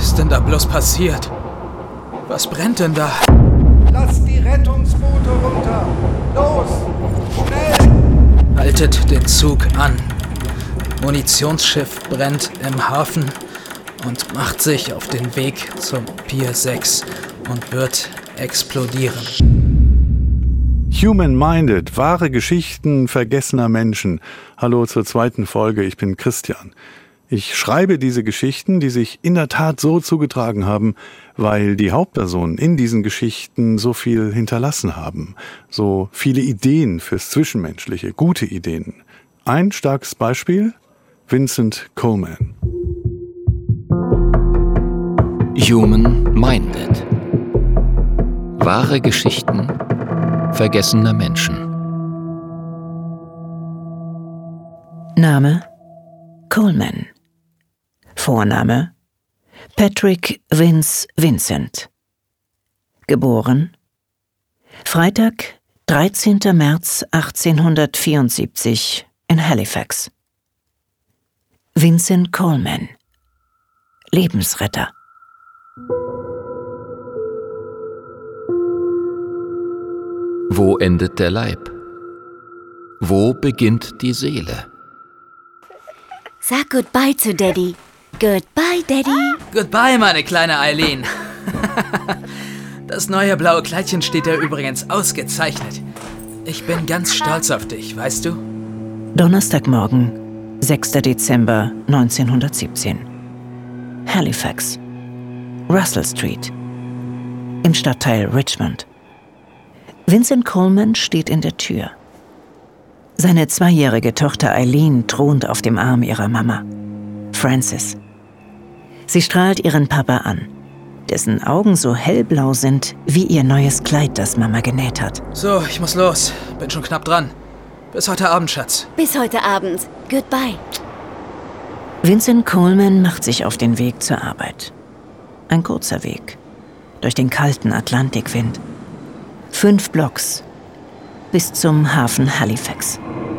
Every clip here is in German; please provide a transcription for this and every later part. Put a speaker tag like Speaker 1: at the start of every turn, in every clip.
Speaker 1: ist denn da bloß passiert? Was brennt denn da?
Speaker 2: Lasst die Rettungsboote runter! Los! Schnell!
Speaker 1: Haltet den Zug an. Munitionsschiff brennt im Hafen und macht sich auf den Weg zum Pier 6 und wird explodieren.
Speaker 3: Human Minded, wahre Geschichten vergessener Menschen. Hallo zur zweiten Folge, ich bin Christian. Ich schreibe diese Geschichten, die sich in der Tat so zugetragen haben, weil die Hauptpersonen in diesen Geschichten so viel hinterlassen haben. So viele Ideen fürs Zwischenmenschliche, gute Ideen. Ein starkes Beispiel: Vincent Coleman.
Speaker 4: Human Minded. Wahre Geschichten vergessener Menschen.
Speaker 5: Name: Coleman. Vorname: Patrick Vince Vincent. Geboren: Freitag, 13. März 1874 in Halifax. Vincent Coleman. Lebensretter.
Speaker 4: Wo endet der Leib? Wo beginnt die Seele?
Speaker 6: Sag Goodbye zu Daddy. Goodbye, Daddy.
Speaker 1: Goodbye, meine kleine Eileen. Das neue blaue Kleidchen steht dir übrigens ausgezeichnet. Ich bin ganz stolz auf dich, weißt du?
Speaker 5: Donnerstagmorgen, 6. Dezember 1917. Halifax. Russell Street. Im Stadtteil Richmond. Vincent Coleman steht in der Tür. Seine 2-jährige Tochter Eileen thront auf dem Arm ihrer Mama, Frances. Sie strahlt ihren Papa an, dessen Augen so hellblau sind wie ihr neues Kleid, das Mama genäht hat.
Speaker 1: So, ich muss los. Bin schon knapp dran. Bis heute Abend, Schatz.
Speaker 6: Bis heute Abend. Goodbye.
Speaker 5: Vincent Coleman macht sich auf den Weg zur Arbeit. Ein kurzer Weg. Durch den kalten Atlantikwind. 5 Blocks. Bis zum Hafen Halifax.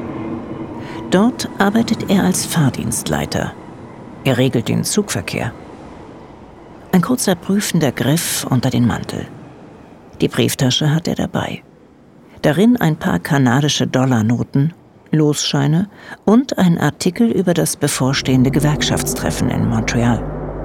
Speaker 5: Dort arbeitet er als Fahrdienstleiter. Er regelt den Zugverkehr. Ein kurzer prüfender Griff unter den Mantel. Die Brieftasche hat er dabei. Darin ein paar kanadische Dollarnoten, Losscheine und ein Artikel über das bevorstehende Gewerkschaftstreffen in Montreal.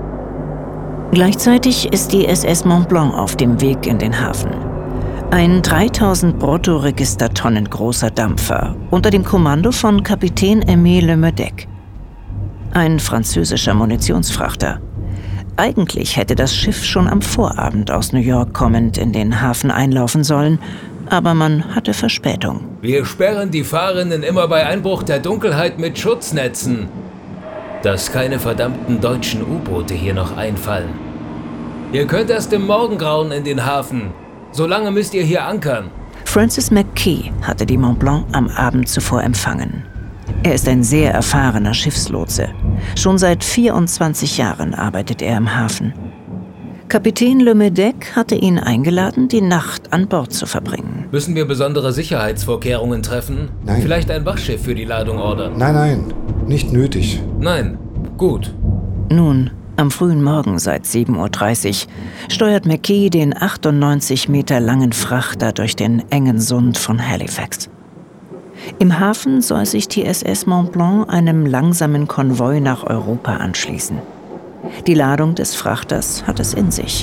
Speaker 5: Gleichzeitig ist die SS Mont Blanc auf dem Weg in den Hafen. Ein 3000 Bruttoregistertonnen großer Dampfer unter dem Kommando von Kapitän Aimé Le Medec. Ein französischer Munitionsfrachter. Eigentlich hätte das Schiff schon am Vorabend aus New York kommend in den Hafen einlaufen sollen, aber man hatte Verspätung.
Speaker 7: Wir sperren die Fahrenden immer bei Einbruch der Dunkelheit mit Schutznetzen. Dass keine verdammten deutschen U-Boote hier noch einfallen. Ihr könnt erst im Morgengrauen in den Hafen. Solange müsst ihr hier ankern.
Speaker 5: Francis McKee hatte die Mont Blanc am Abend zuvor empfangen. Er ist ein sehr erfahrener Schiffslotse. Schon seit 24 Jahren arbeitet er im Hafen. Kapitän Le Medec hatte ihn eingeladen, die Nacht an Bord zu verbringen.
Speaker 7: Müssen wir besondere Sicherheitsvorkehrungen treffen?
Speaker 2: Nein.
Speaker 7: Vielleicht ein Wachschiff für die Ladung ordern?
Speaker 2: Nein, nicht nötig.
Speaker 7: Nein. Gut.
Speaker 5: Nun, am frühen Morgen seit 7:30 Uhr steuert McKee den 98 Meter langen Frachter durch den engen Sund von Halifax. Im Hafen soll sich die SS Mont Blanc einem langsamen Konvoi nach Europa anschließen. Die Ladung des Frachters hat es in sich.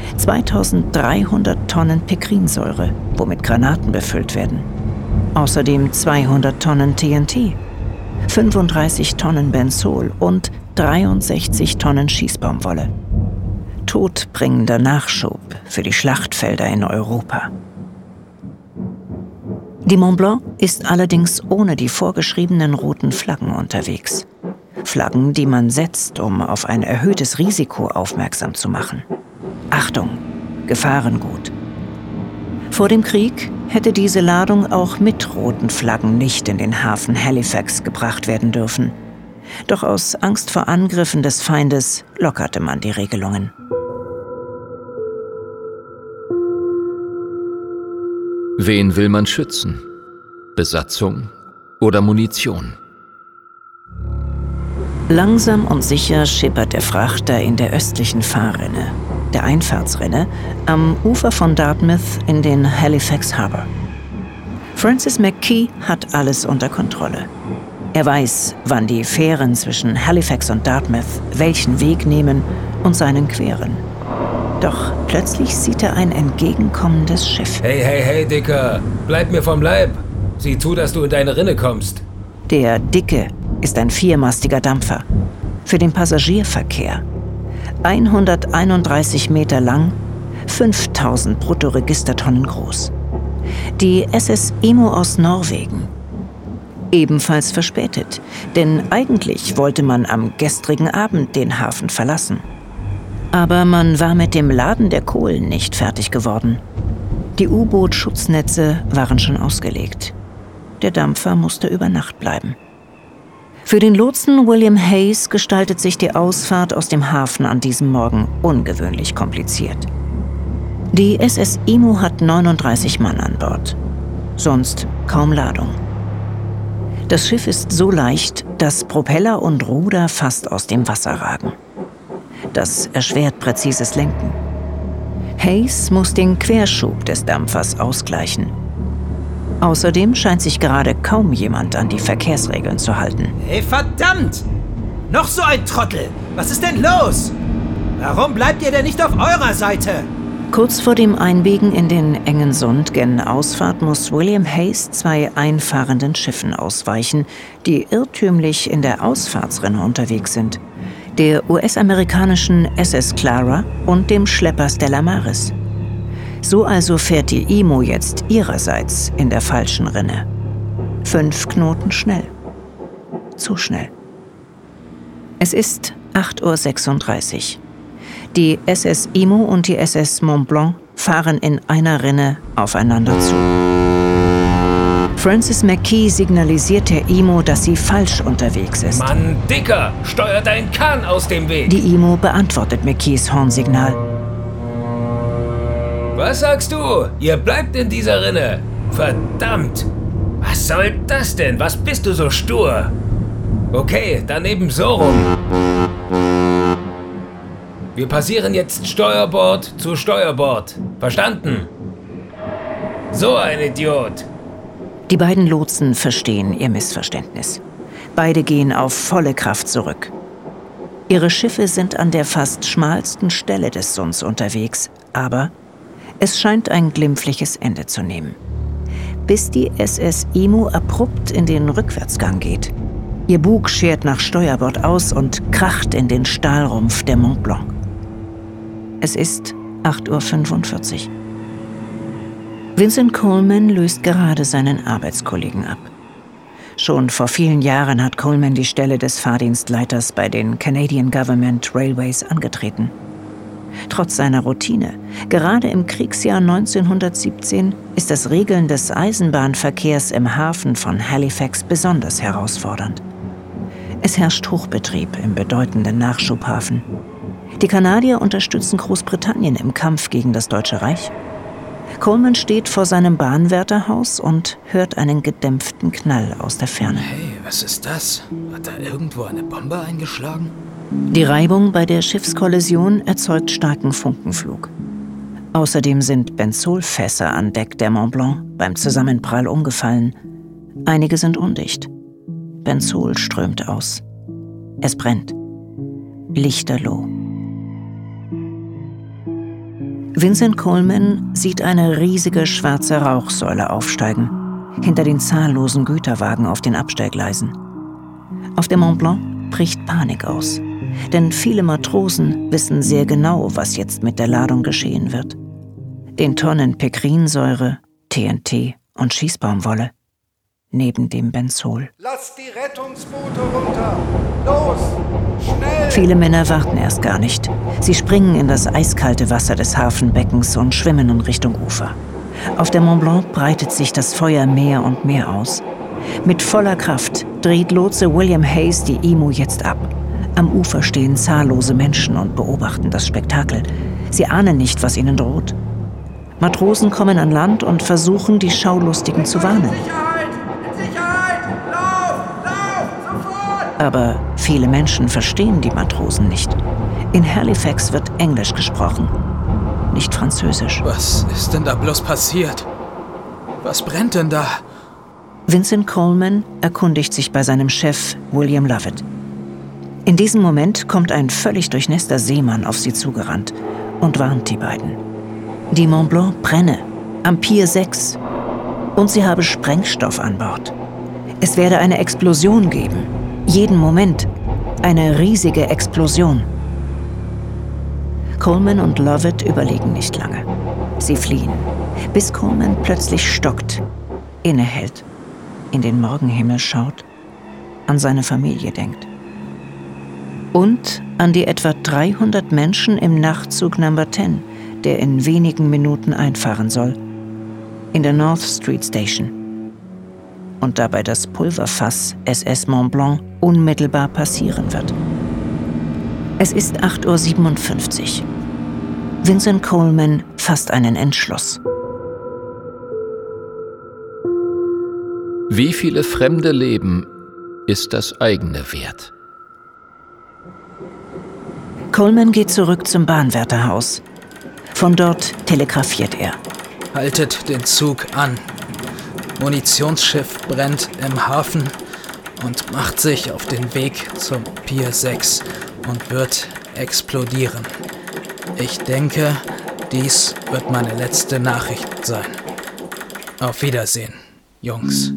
Speaker 5: 2300 Tonnen Pekrinsäure, womit Granaten befüllt werden. Außerdem 200 Tonnen TNT, 35 Tonnen Benzol und 63 Tonnen Schießbaumwolle. Todbringender Nachschub für die Schlachtfelder in Europa. Die Mont Blanc ist allerdings ohne die vorgeschriebenen roten Flaggen unterwegs. Flaggen, die man setzt, um auf ein erhöhtes Risiko aufmerksam zu machen. Achtung, Gefahrengut. Vor dem Krieg hätte diese Ladung auch mit roten Flaggen nicht in den Hafen Halifax gebracht werden dürfen. Doch aus Angst vor Angriffen des Feindes lockerte man die Regelungen.
Speaker 4: Wen will man schützen? Besatzung oder Munition?
Speaker 5: Langsam und sicher schippert der Frachter in der östlichen Fahrrinne, der Einfahrtsrinne, am Ufer von Dartmouth in den Halifax Harbour. Francis McKee hat alles unter Kontrolle. Er weiß, wann die Fähren zwischen Halifax und Dartmouth welchen Weg nehmen und seinen queren. Doch plötzlich sieht er ein entgegenkommendes Schiff.
Speaker 7: Hey, Dicker, bleib mir vom Leib. Sieh zu, dass du in deine Rinne kommst.
Speaker 5: Der Dicke ist ein viermastiger Dampfer. Für den Passagierverkehr. 131 Meter lang, 5000 Bruttoregistertonnen groß. Die SS Imo aus Norwegen. Ebenfalls verspätet, denn eigentlich wollte man am gestrigen Abend den Hafen verlassen. Aber man war mit dem Laden der Kohlen nicht fertig geworden. Die U-Boot-Schutznetze waren schon ausgelegt. Der Dampfer musste über Nacht bleiben. Für den Lotsen William Hayes gestaltet sich die Ausfahrt aus dem Hafen an diesem Morgen ungewöhnlich kompliziert. Die SS Imo hat 39 Mann an Bord. Sonst kaum Ladung. Das Schiff ist so leicht, dass Propeller und Ruder fast aus dem Wasser ragen. Das erschwert präzises Lenken. Hayes muss den Querschub des Dampfers ausgleichen. Außerdem scheint sich gerade kaum jemand an die Verkehrsregeln zu halten.
Speaker 8: Hey, verdammt! Noch so ein Trottel! Was ist denn los? Warum bleibt ihr denn nicht auf eurer Seite?
Speaker 5: Kurz vor dem Einbiegen in den engen Sund gen Ausfahrt muss William Hayes 2 einfahrenden Schiffen ausweichen, die irrtümlich in der Ausfahrtsrinne unterwegs sind. Der US-amerikanischen SS Clara und dem Schlepper Stella Maris. So also fährt die Imo jetzt ihrerseits in der falschen Rinne. 5 Knoten schnell. Zu schnell. Es ist 8:36 Uhr. Die SS Imo und die SS Mont Blanc fahren in einer Rinne aufeinander zu. Francis McKee signalisiert der Imo, dass sie falsch unterwegs ist.
Speaker 7: Mann, Dicker, steuer deinen Kahn aus dem Weg!
Speaker 5: Die Imo beantwortet McKees Hornsignal.
Speaker 7: Was sagst du? Ihr bleibt in dieser Rinne. Verdammt! Was soll das denn? Was bist du so stur? Okay, dann eben so rum. Wir passieren jetzt Steuerbord zu Steuerbord. Verstanden? So ein Idiot.
Speaker 5: Die beiden Lotsen verstehen ihr Missverständnis. Beide gehen auf volle Kraft zurück. Ihre Schiffe sind an der fast schmalsten Stelle des Sunds unterwegs, aber es scheint ein glimpfliches Ende zu nehmen. Bis die SS Imo abrupt in den Rückwärtsgang geht. Ihr Bug schert nach Steuerbord aus und kracht in den Stahlrumpf der Mont Blanc. Es ist 8:45 Uhr. Vincent Coleman löst gerade seinen Arbeitskollegen ab. Schon vor vielen Jahren hat Coleman die Stelle des Fahrdienstleiters bei den Canadian Government Railways angetreten. Trotz seiner Routine, gerade im Kriegsjahr 1917, ist das Regeln des Eisenbahnverkehrs im Hafen von Halifax besonders herausfordernd. Es herrscht Hochbetrieb im bedeutenden Nachschubhafen. Die Kanadier unterstützen Großbritannien im Kampf gegen das Deutsche Reich. Coleman steht vor seinem Bahnwärterhaus und hört einen gedämpften Knall aus der Ferne.
Speaker 1: Hey, was ist das? Hat da irgendwo eine Bombe eingeschlagen?
Speaker 5: Die Reibung bei der Schiffskollision erzeugt starken Funkenflug. Außerdem sind Benzolfässer an Deck der Mont Blanc beim Zusammenprall umgefallen. Einige sind undicht. Benzol strömt aus. Es brennt. Lichterloh. Vincent Coleman sieht eine riesige schwarze Rauchsäule aufsteigen, hinter den zahllosen Güterwagen auf den Abstellgleisen. Auf der Mont Blanc bricht Panik aus, denn viele Matrosen wissen sehr genau, was jetzt mit der Ladung geschehen wird. Den Tonnen Pekrinsäure, TNT und Schießbaumwolle, neben dem Benzol.
Speaker 2: Lasst die Rettungsboote runter! Los! Schnell!
Speaker 5: Viele Männer warten erst gar nicht. Sie springen in das eiskalte Wasser des Hafenbeckens und schwimmen in Richtung Ufer. Auf der Mont Blanc breitet sich das Feuer mehr und mehr aus. Mit voller Kraft dreht Lotse William Hayes die Imo jetzt ab. Am Ufer stehen zahllose Menschen und beobachten das Spektakel. Sie ahnen nicht, was ihnen droht. Matrosen kommen an Land und versuchen, die Schaulustigen zu warnen.
Speaker 8: Sicherheit! Lauf! Lauf! Sofort!
Speaker 5: Aber viele Menschen verstehen die Matrosen nicht. In Halifax wird Englisch gesprochen, nicht Französisch.
Speaker 1: Was ist denn da bloß passiert? Was brennt denn da?
Speaker 5: Vincent Coleman erkundigt sich bei seinem Chef William Lovett. In diesem Moment kommt ein völlig durchnässter Seemann auf sie zugerannt und warnt die beiden. Die Mont Blanc brenne, am Pier 6. Und sie habe Sprengstoff an Bord. Es werde eine Explosion geben. Jeden Moment. Eine riesige Explosion. Coleman und Lovett überlegen nicht lange. Sie fliehen, bis Coleman plötzlich stockt, innehält, in den Morgenhimmel schaut, an seine Familie denkt. Und an die etwa 300 Menschen im Nachtzug Number 10, der in wenigen Minuten einfahren soll, in der North Street Station. Und dabei das Pulverfass SS Mont Blanc unmittelbar passieren wird. Es ist 8:57 Uhr. Vincent Coleman fasst einen Entschluss.
Speaker 4: Wie viele fremde Leben ist das eigene wert?
Speaker 5: Coleman geht zurück zum Bahnwärterhaus. Von dort telegrafiert er.
Speaker 1: Haltet den Zug an. Munitionsschiff brennt im Hafen und macht sich auf den Weg zum Pier 6 und wird explodieren. Ich denke, dies wird meine letzte Nachricht sein. Auf Wiedersehen, Jungs.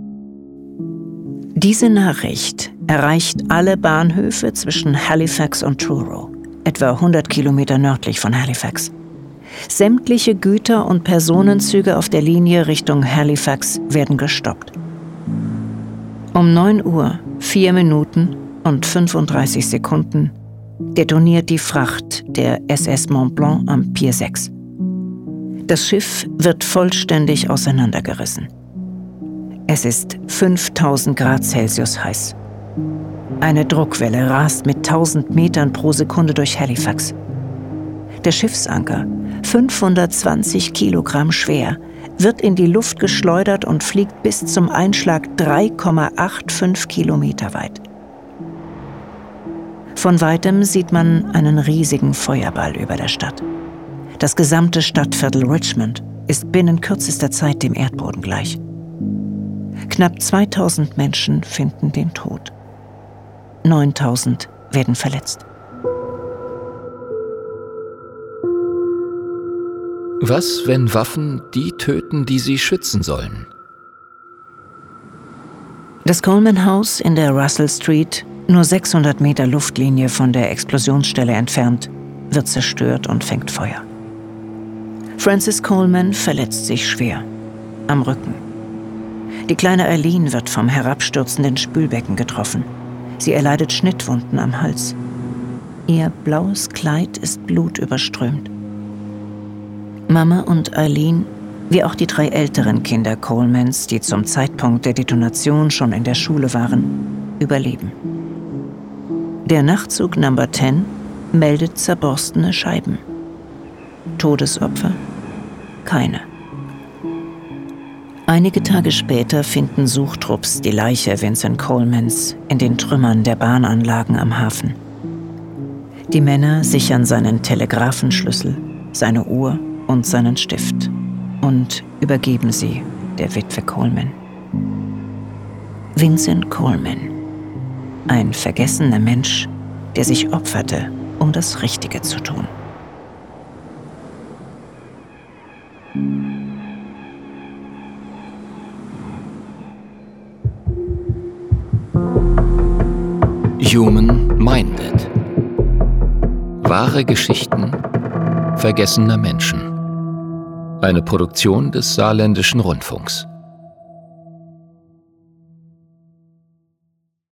Speaker 5: Diese Nachricht erreicht alle Bahnhöfe zwischen Halifax und Truro, etwa 100 Kilometer nördlich von Halifax. Sämtliche Güter- und Personenzüge auf der Linie Richtung Halifax werden gestoppt. Um 9 Uhr, 4 Minuten und 35 Sekunden detoniert die Fracht der SS Mont Blanc am Pier 6. Das Schiff wird vollständig auseinandergerissen. Es ist 5000 Grad Celsius heiß. Eine Druckwelle rast mit 1000 Metern pro Sekunde durch Halifax. Der Schiffsanker, 520 Kilogramm schwer, wird in die Luft geschleudert und fliegt bis zum Einschlag 3,85 Kilometer weit. Von weitem sieht man einen riesigen Feuerball über der Stadt. Das gesamte Stadtviertel Richmond ist binnen kürzester Zeit dem Erdboden gleich. Knapp 2000 Menschen finden den Tod. 9000 werden verletzt.
Speaker 4: Was, wenn Waffen die töten, die sie schützen sollen?
Speaker 5: Das Coleman House in der Russell Street, nur 600 Meter Luftlinie von der Explosionsstelle entfernt, wird zerstört und fängt Feuer. Frances Coleman verletzt sich schwer, am Rücken. Die kleine Eileen wird vom herabstürzenden Spülbecken getroffen. Sie erleidet Schnittwunden am Hals. Ihr blaues Kleid ist blutüberströmt. Mama und Eileen, wie auch die 3 älteren Kinder Colemans, die zum Zeitpunkt der Detonation schon in der Schule waren, überleben. Der Nachtzug Number 10 meldet zerborstene Scheiben. Todesopfer? Keine. Einige Tage später finden Suchtrupps die Leiche Vincent Colemans in den Trümmern der Bahnanlagen am Hafen. Die Männer sichern seinen Telegrafenschlüssel, seine Uhr und seinen Stift und übergeben sie der Witwe Coleman. Vincent Coleman, ein vergessener Mensch, der sich opferte, um das Richtige zu tun.
Speaker 4: Human Minded. Wahre Geschichten vergessener Menschen. Eine Produktion des Saarländischen Rundfunks.